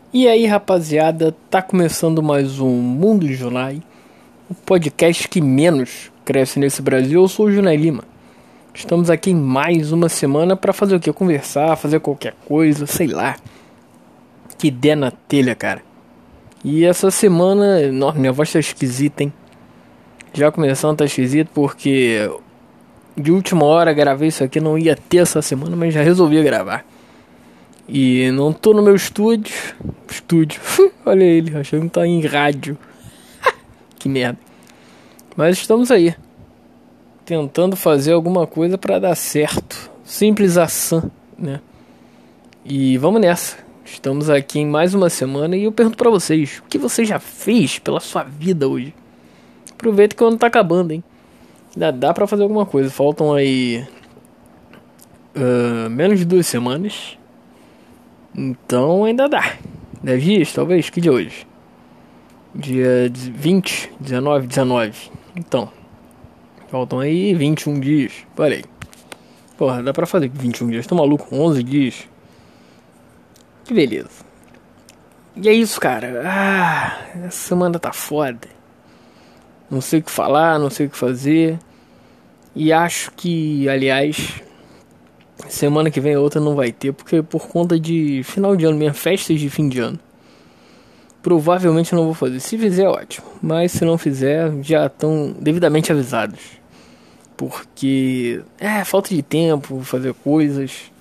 E aí, rapaziada, tá começando mais um Mundo Junai, o podcast que menos cresce nesse Brasil. Eu sou o Junai Lima. Estamos aqui em mais uma semana pra fazer o quê? Conversar, fazer qualquer coisa, sei lá. Que der na telha, cara. E essa semana, nossa, minha voz tá esquisita, hein? Já começando tá esquisito porque de última hora gravei isso aqui, não ia ter essa semana, mas já resolvi gravar. E não tô no meu estúdio. Olha ele, achando que tá em rádio. Que merda. Mas estamos aí, tentando fazer alguma coisa pra dar certo. Simples assim, né? E vamos nessa. Estamos aqui em mais uma semana e eu pergunto pra vocês: o que você já fez pela sua vida hoje? Aproveita que o ano tá acabando, hein? Ainda dá pra fazer alguma coisa. Faltam aí menos de 2 semanas. Então ainda dá. 10 dias, talvez? Que dia é hoje? Dia 20, 19. Então, faltam aí 21 dias. Olha aí. Porra, dá pra fazer 21 dias. Tô maluco, 11 dias. Que beleza. E é isso, cara. Essa semana tá foda. Não sei o que falar, não sei o que fazer. E acho que, aliás, semana que vem outra não vai ter, porque por conta de final de ano mesmo, festas de fim de ano. Provavelmente não vou fazer. Se fizer, ótimo. Mas se não fizer, já estão devidamente avisados. Porque falta de tempo, fazer coisas.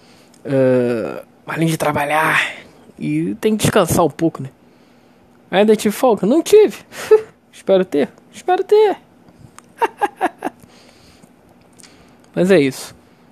Além de trabalhar. E tem que descansar um pouco, né? Ainda tive folga? Não tive. Espero ter. Mas é isso.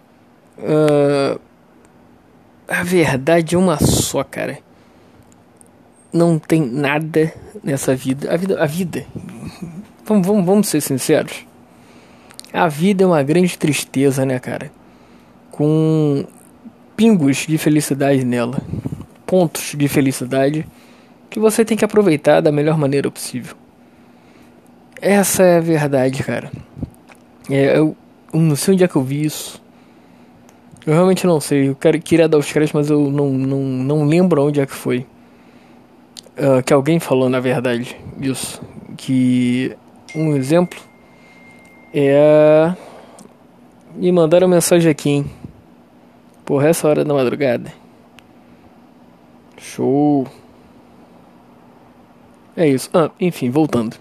A verdade é uma só, cara. Não tem nada nessa vida. A vida. Vamos ser sinceros. A vida é uma grande tristeza, né, cara? Com pingos de felicidade nela. Pontos de felicidade que você tem que aproveitar da melhor maneira possível. Essa é a verdade, cara. Eu não sei onde é que eu vi isso. Eu realmente não sei. Eu queria dar os créditos, mas eu não lembro onde é que foi. Que alguém falou, na verdade, isso. Que um exemplo me mandaram mensagem aqui, hein? Porra, essa hora da madrugada. Show. É isso. Enfim, voltando.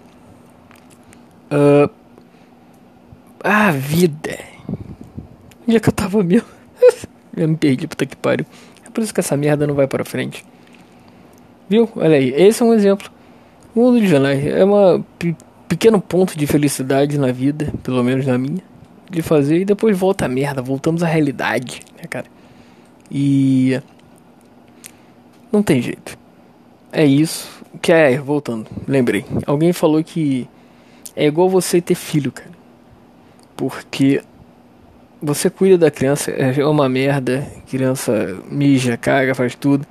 A vida. Onde é que eu tava mesmo? Já me perdi, puta que pariu. É por isso que essa merda não vai pra frente. Viu? Olha aí, esse é um exemplo. O mundo de Janai é um pequeno ponto de felicidade na vida, pelo menos na minha, de fazer, e depois volta a merda, voltamos à realidade, né, cara? E não tem jeito. É isso. Voltando, lembrei. Alguém falou que é igual você ter filho, cara. Porque você cuida da criança, é uma merda, criança mija, caga, faz tudo.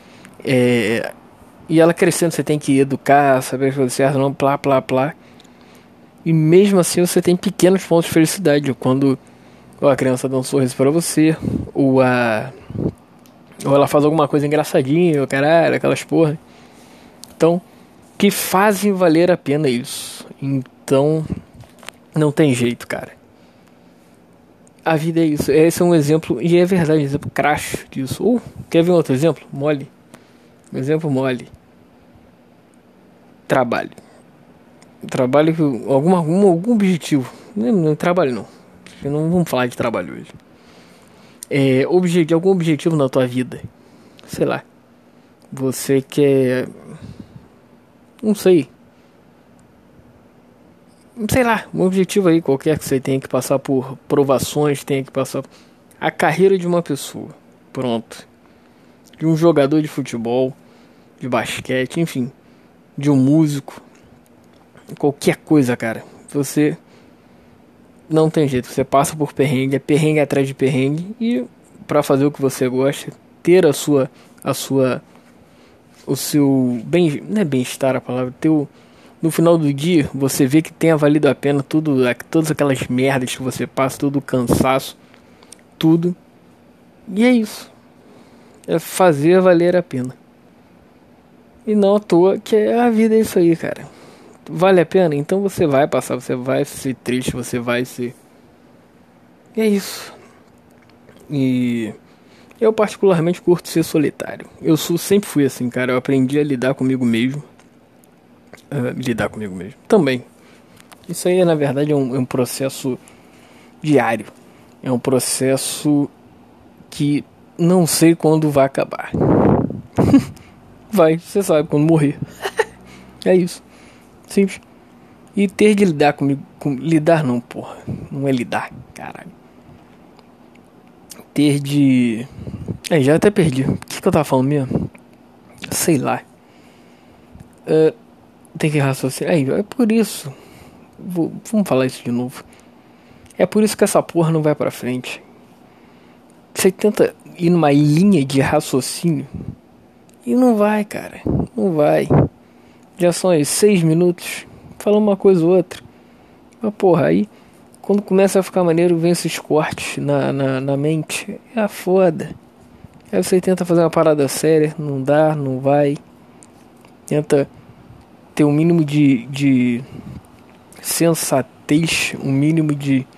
E ela crescendo, você tem que educar, saber as coisas certas, não, plá. E mesmo assim você tem pequenos pontos de felicidade. Quando a criança dá um sorriso pra você, ou ela faz alguma coisa engraçadinha, caralho, aquelas porra. Então, que fazem valer a pena isso. Então, não tem jeito, cara. A vida é isso. Esse é um exemplo, e é verdade, um exemplo crash disso. Quer ver um outro exemplo? Mole. Um exemplo mole. Trabalho com algum objetivo. Não trabalho não. Não vamos falar de trabalho hoje. Algum objetivo na tua vida. Sei lá. Você quer, não sei lá, um objetivo aí qualquer que você tenha que passar por provações, tenha que passar a carreira de uma pessoa. Pronto. De um jogador de futebol, de basquete, enfim, de um músico, qualquer coisa, cara. Você não tem jeito, você passa por perrengue, é perrengue atrás de perrengue, e pra fazer o que você gosta, ter o seu bem, não é bem-estar a palavra, no final do dia, você vê que tenha valido a pena todas aquelas merdas que você passa, todo o cansaço, tudo. E é isso. É fazer valer a pena. E não à toa que a vida é isso aí, cara. Vale a pena? Então você vai passar, você vai ser triste, você vai ser... E é isso. E eu particularmente curto ser solitário. Sempre fui assim, cara. Eu aprendi a lidar comigo mesmo. Lidar comigo mesmo. Também. Isso aí, na verdade, é um processo diário. É um processo que não sei quando vai acabar. Vai, você sabe, quando morrer. É isso. Simples. E ter de lidar comigo... lidar não, porra. Não é lidar, caralho. Ter de... já até perdi. O que eu tava falando mesmo? Sei lá. Tem que raciocinar. É por isso. Vamos falar isso de novo. É por isso que essa porra não vai pra frente. Você tenta ir numa linha de raciocínio e não vai, cara. Não vai. Já são aí 6 minutos falando uma coisa ou outra. Mas porra, aí quando começa a ficar maneiro, vem esses cortes na mente. É foda. Aí você tenta fazer uma parada séria, não dá, não vai. Tenta ter um mínimo de sensatez, um mínimo de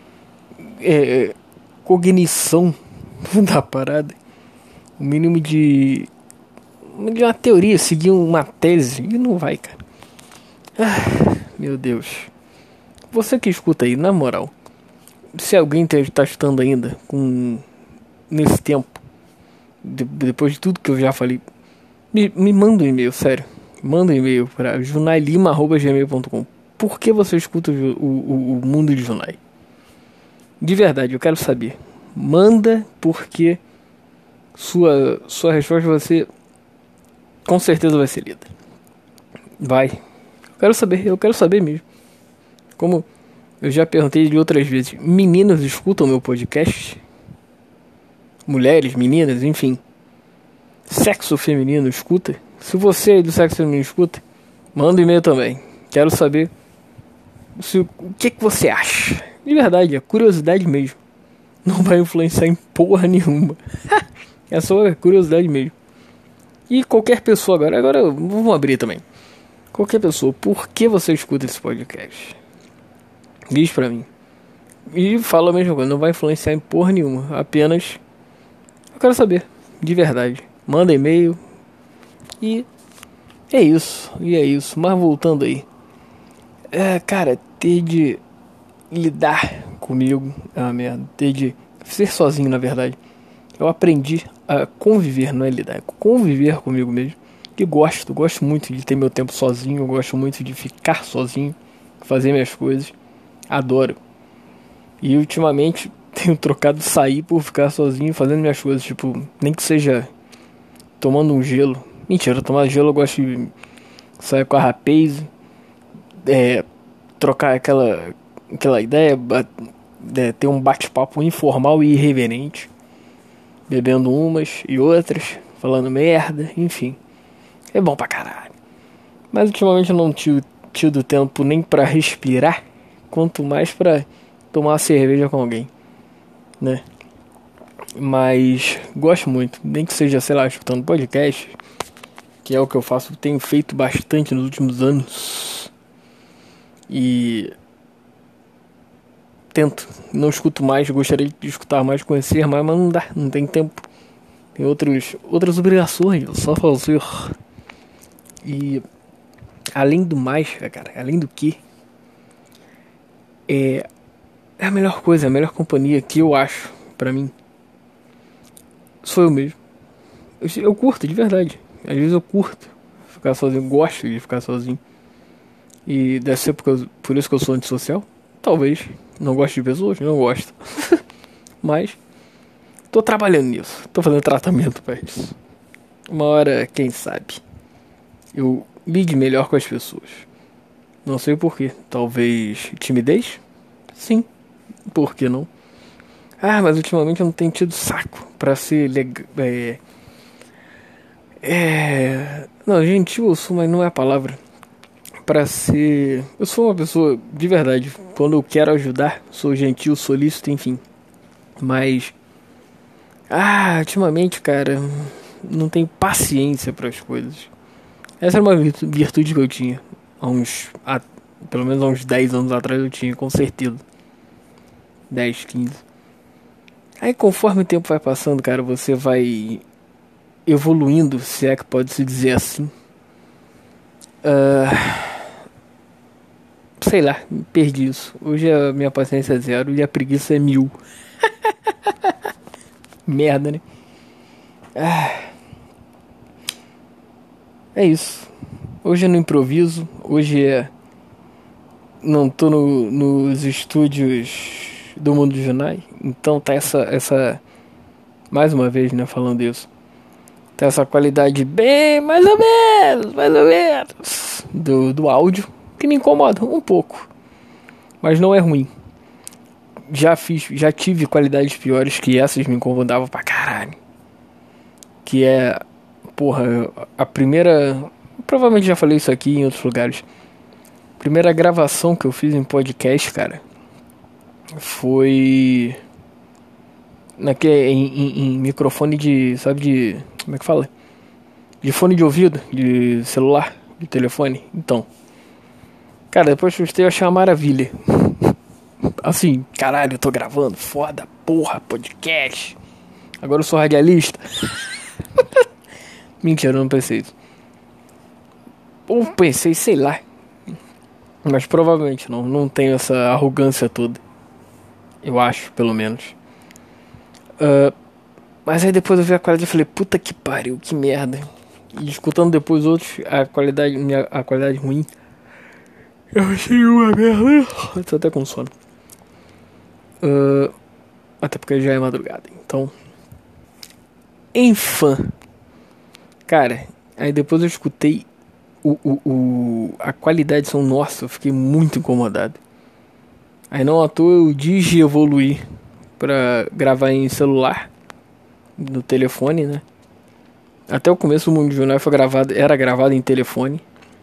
cognição da parada, um mínimo de uma teoria, seguir uma tese, e não vai, cara. Meu Deus. Você que escuta aí, na moral, se alguém tá escutando ainda nesse tempo, depois de tudo que eu já falei, me manda um e-mail, sério. Manda um e-mail para junailima@gmail.com. Por que você escuta o Mundo de Junai? De verdade, eu quero saber. Manda, porque sua resposta vai ser... com certeza vai ser lida. Vai. Eu quero saber mesmo. Como eu já perguntei de outras vezes, meninas escutam meu podcast? Mulheres, meninas, enfim. Sexo feminino escuta? Se você é do sexo feminino escuta, manda um e-mail também. Quero saber o que você acha. De verdade, é curiosidade mesmo. Não vai influenciar em porra nenhuma. É só curiosidade mesmo. E qualquer pessoa agora vamos abrir também. Qualquer pessoa, por que você escuta esse podcast? Diz pra mim. E fala a mesma coisa, não vai influenciar em porra nenhuma. Apenas eu quero saber, de verdade. Manda e-mail. E é isso. Mas voltando aí. Cara, ter de lidar comigo é uma merda. Ter de ser sozinho, na verdade. Eu aprendi a conviver, não é lidar, é conviver comigo mesmo. E gosto muito de ter meu tempo sozinho. Eu gosto muito de ficar sozinho, fazer minhas coisas. Adoro. E ultimamente tenho trocado sair por ficar sozinho fazendo minhas coisas. Tipo, nem que seja tomando um gelo. Mentira, tomar gelo eu gosto de sair com a rapaz, trocar aquela ideia, ter um bate-papo informal e irreverente, bebendo umas e outras, falando merda, enfim. É bom pra caralho. Mas ultimamente eu não tinha tido tempo nem pra respirar, quanto mais pra tomar uma cerveja com alguém, né? Mas gosto muito, nem que seja, sei lá, escutando podcast, que é o que eu faço, tenho feito bastante nos últimos anos. E tento, não escuto mais, gostaria de escutar mais, conhecer mais, mas não dá, não tem tempo. Tem outras obrigações, eu só fazer. E além do mais, cara, além do que, é a melhor coisa, a melhor companhia que eu acho pra mim sou eu mesmo. Eu curto, de verdade. Às vezes eu curto ficar sozinho, gosto de ficar sozinho. E deve ser por isso que eu sou antissocial? Talvez. Não gosto de pessoas? Não gosto. Mas tô trabalhando nisso. Tô fazendo tratamento pra isso. Uma hora, quem sabe, eu lide melhor com as pessoas. Não sei o porquê. Talvez timidez? Sim. Por que não? Mas ultimamente eu não tenho tido saco pra ser legal. Não, gentil eu sou, mas não é a palavra. Pra ser... Eu sou uma pessoa de verdade. Quando eu quero ajudar, sou gentil, solícito, enfim. Mas... ultimamente, cara, não tenho paciência para as coisas. Essa era uma virtude que eu tinha. Pelo menos há uns 10 anos atrás eu tinha, com certeza. 10, 15. Aí conforme o tempo vai passando, cara, você vai evoluindo, se é que pode se dizer assim. Sei lá, perdi isso. Hoje a minha paciência é 0 e a preguiça é 1000. Merda, né? É isso. Hoje é no improviso. Hoje é. Não tô nos estúdios do Mundo Junai. Então tá essa. Mais uma vez, né? Falando isso. Tá essa qualidade bem. Mais ou menos. Do áudio. Que me incomoda um pouco. Mas não é ruim. Já tive qualidades piores que essas me incomodavam pra caralho. Que é. Porra, a primeira. Provavelmente já falei isso aqui em outros lugares. Primeira gravação que eu fiz em podcast, cara, foi em microfone de, sabe, de, como é que fala? De fone de ouvido, de celular, de telefone. Então, cara, depois que eu escutei, eu achei uma maravilha. Assim, caralho, eu tô gravando, foda, porra, podcast. Agora eu sou radialista. Mentira, eu não pensei isso. Ou pensei, sei lá. Mas provavelmente não tenho essa arrogância toda. Eu acho, pelo menos. Mas aí depois eu vi a qualidade e falei, puta que pariu, que merda. E escutando depois outros, a qualidade ruim. Eu achei uma merda. Eu tô até com sono. Até porque já é madrugada. Então. Enfim. Cara, aí depois eu escutei a qualidade de som, nossa, eu fiquei muito incomodado. Aí não à toa eu evoluir pra gravar em celular, no telefone, né? Até o começo do Mundo Junai era gravado em telefone.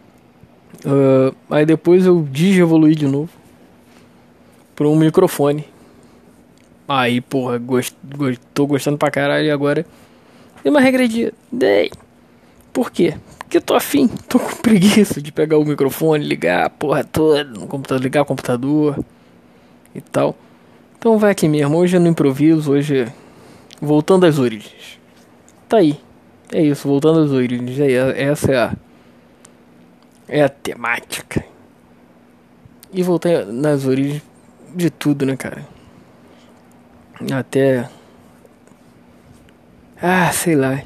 Aí depois eu evoluí de novo pra um microfone. Aí, porra, tô gostando pra caralho. E agora dei uma regredinha. Por quê? Porque tô afim, tô com preguiça de pegar o microfone, ligar a porra toda no computador, ligar o computador e tal. Então vai aqui mesmo, hoje é no improviso, hoje é voltando às origens. Tá aí, é isso, voltando às origens, essa é a temática. E voltar nas origens de tudo, né, cara? Até... sei lá.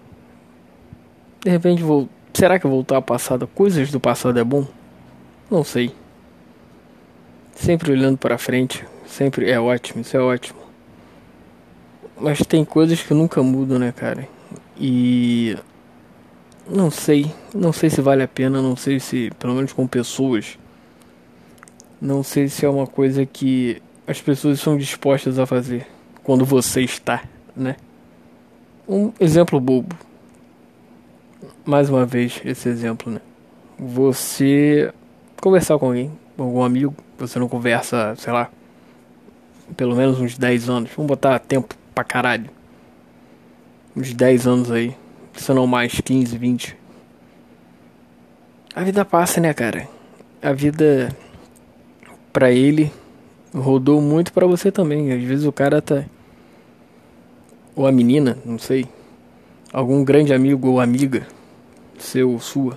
De repente será que voltar ao passado, coisas do passado é bom? Não sei. Sempre olhando para frente, sempre é ótimo, isso é ótimo. Mas tem coisas que nunca mudam, né, cara? E não sei se vale a pena, não sei se, pelo menos com pessoas, não sei se é uma coisa que as pessoas são dispostas a fazer quando você está, né? Um exemplo bobo. Mais uma vez esse exemplo, né? Você conversar com algum amigo, você não conversa, sei lá, pelo menos uns 10 anos. Vamos botar tempo pra caralho. Uns 10 anos aí. Se não mais, 15, 20. A vida passa, né, cara? A vida, pra ele, rodou muito pra você também. Às vezes o cara tá... Ou a menina, não sei. Algum grande amigo ou amiga seu, sua.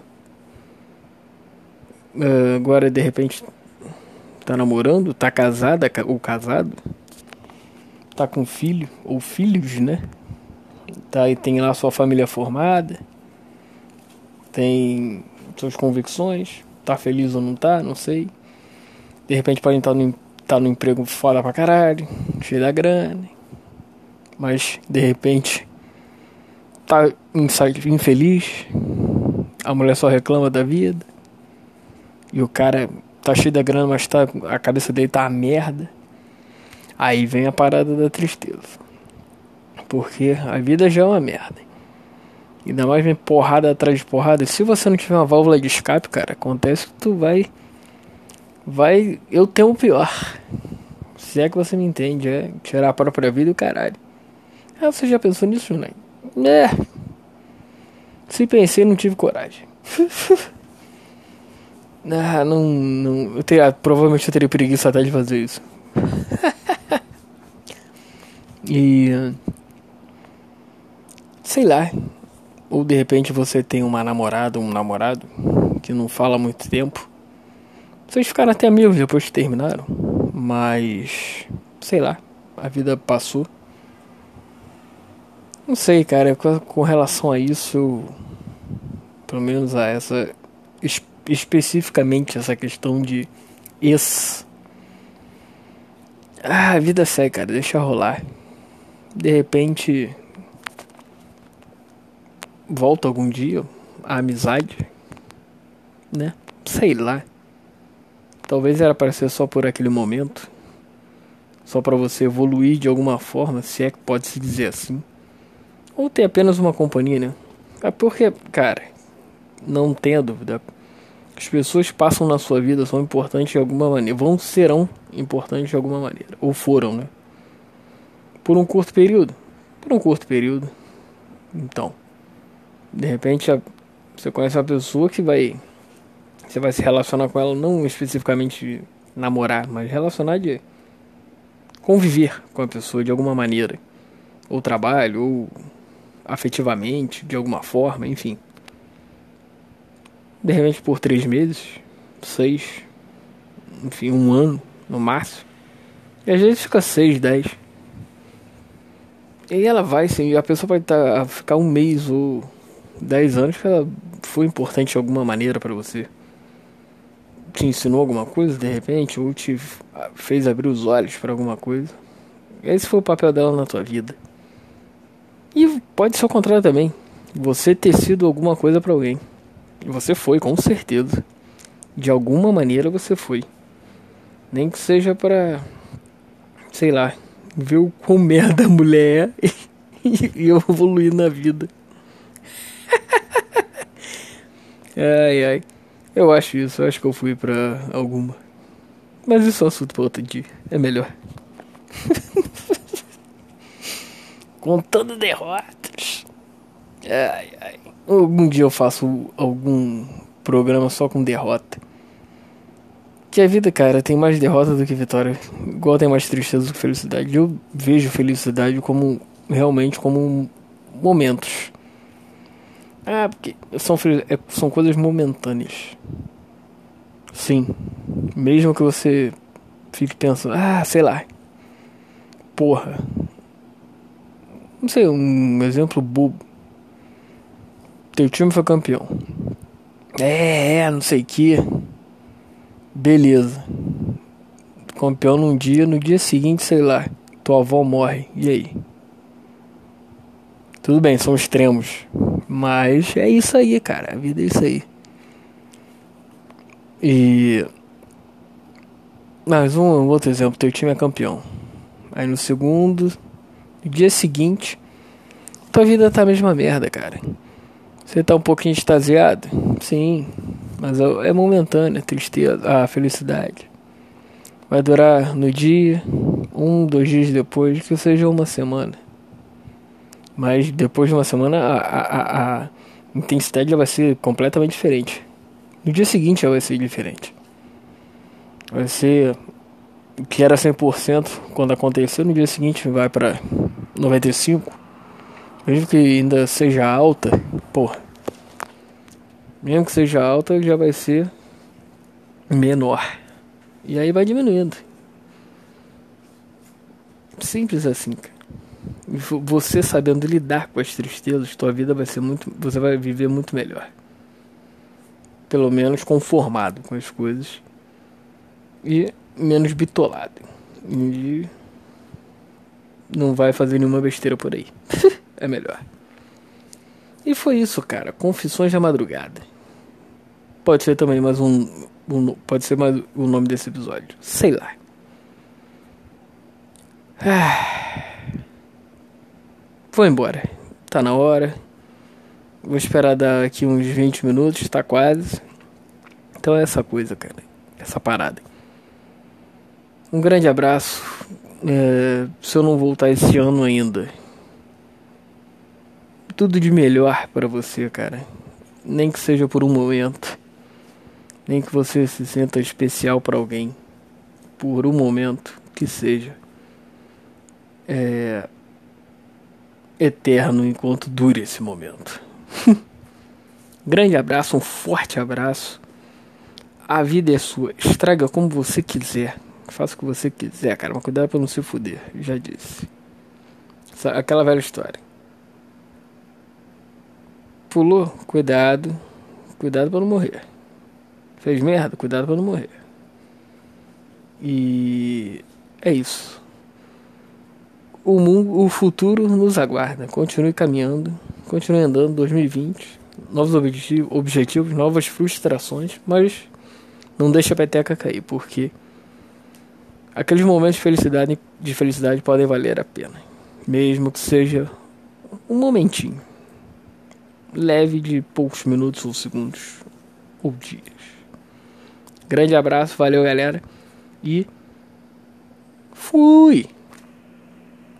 Agora, de repente, tá namorando, tá casada ou casado. Tá com filho ou filhos, né? Tá, e tem lá sua família formada. Tem suas convicções. Tá feliz ou não tá, não sei. De repente pode estar no emprego foda pra caralho, cheio da grana. Mas, de repente, tá infeliz. A mulher só reclama da vida. E o cara tá cheio da grana, mas a cabeça dele tá uma merda. Aí vem a parada da tristeza. Porque a vida já é uma merda. Ainda mais vem porrada atrás de porrada. E se você não tiver uma válvula de escape, cara, acontece que tu vai... Eu tenho o pior. Se é que você me entende, é tirar a própria vida e o caralho. Você já pensou nisso, né? Se pensei, não tive coragem. Não. Provavelmente eu teria preguiça até de fazer isso. E. Sei lá. Ou de repente você tem uma namorada, um namorado que não fala há muito tempo. Vocês ficaram até amigos depois que terminaram. Mas. Sei lá. A vida passou. Não sei, cara. Com relação a isso, pelo menos a essa. Especificamente essa questão de ex. A vida segue, cara. Deixa rolar. De repente. Volta algum dia a amizade, né? Sei lá. Talvez era para ser só por aquele momento. Só para você evoluir de alguma forma, se é que pode se dizer assim. Ou ter apenas uma companhia, né? É porque, cara, não tenha dúvida. As pessoas que passam na sua vida são importantes de alguma maneira. Serão importantes de alguma maneira. Ou foram, né? Por um curto período. Então, de repente, você conhece uma pessoa que você vai se relacionar com ela, não especificamente namorar, mas relacionar de conviver com a pessoa de alguma maneira. Ou trabalho, ou afetivamente, de alguma forma, enfim. De repente por 3 meses, 6, enfim, 1 ano, no máximo. E às vezes fica 6, 10. E aí ela vai, sim, e a pessoa pode ficar 1 mês ou 10 anos que ela foi importante de alguma maneira pra você. Te ensinou alguma coisa, de repente, ou te fez abrir os olhos pra alguma coisa. Esse foi o papel dela na tua vida. E pode ser o contrário também. Você ter sido alguma coisa pra alguém. E você foi, com certeza. De alguma maneira você foi. Nem que seja pra, sei lá, ver o quão merda a mulher é e eu evoluir na vida. Ai. Eu acho isso, eu acho que eu fui pra alguma. Mas isso é um assunto pra outro dia. É melhor. Contando derrotas. Ai. Algum dia eu faço algum programa só com derrota. Que a vida, cara, tem mais derrota do que vitória. Igual tem mais tristeza do que felicidade. Eu vejo felicidade como realmente como momentos. Porque são coisas momentâneas. Sim. Mesmo que você fique pensando, sei lá. Porra. Não sei, um exemplo bobo. Teu time foi campeão. Não sei o que. Beleza. Campeão num dia, no dia seguinte, sei lá, tua avó morre. E aí? Tudo bem, são extremos. Mas é isso aí, cara. A vida é isso aí. Mais um outro exemplo, teu time é campeão. Aí no dia seguinte, tua vida tá a mesma merda, cara. Você tá um pouquinho extasiado? Sim. Mas é momentânea a tristeza, a felicidade. Vai durar no dia, 2 dias depois, que seja uma semana. Mas depois de uma semana a intensidade já vai ser completamente diferente. No dia seguinte já vai ser diferente. Vai ser o que era 100% quando aconteceu, no dia seguinte vai pra 95%. Mesmo que ainda seja alta, mesmo que seja alta, já vai ser menor. E aí vai diminuindo. Simples assim, cara. Você sabendo lidar com as tristezas, tua vida vai ser você vai viver muito melhor. Pelo menos conformado com as coisas. E menos bitolado. E não vai fazer nenhuma besteira por aí. É melhor. E foi isso, cara. Confissões da Madrugada. Pode ser também mais pode ser mais o nome desse episódio. Sei lá. Vou embora. Tá na hora. Vou esperar daqui uns 20 minutos. Tá quase. Então é essa coisa, cara. Essa parada. Um grande abraço. Se eu não voltar esse ano ainda, tudo de melhor pra você, cara. nem que seja por um momento, nem que você se sinta especial para alguém, por um momento que seja eterno enquanto dure esse momento. Grande abraço, um forte abraço. A vida é sua, estraga como você quiser, faça o que você quiser, cara, mas cuidado pra não se fuder, já disse. Aquela velha história. Pulou, cuidado pra não morrer. Fez merda, cuidado pra não morrer. E é isso. O futuro nos aguarda. Continue caminhando, continue andando. 2020, novos objetivos, novas frustrações, mas não deixa a peteca cair, porque aqueles momentos de felicidade podem valer a pena, mesmo que seja um momentinho leve de poucos minutos ou segundos ou dias. Grande abraço, valeu galera e fui!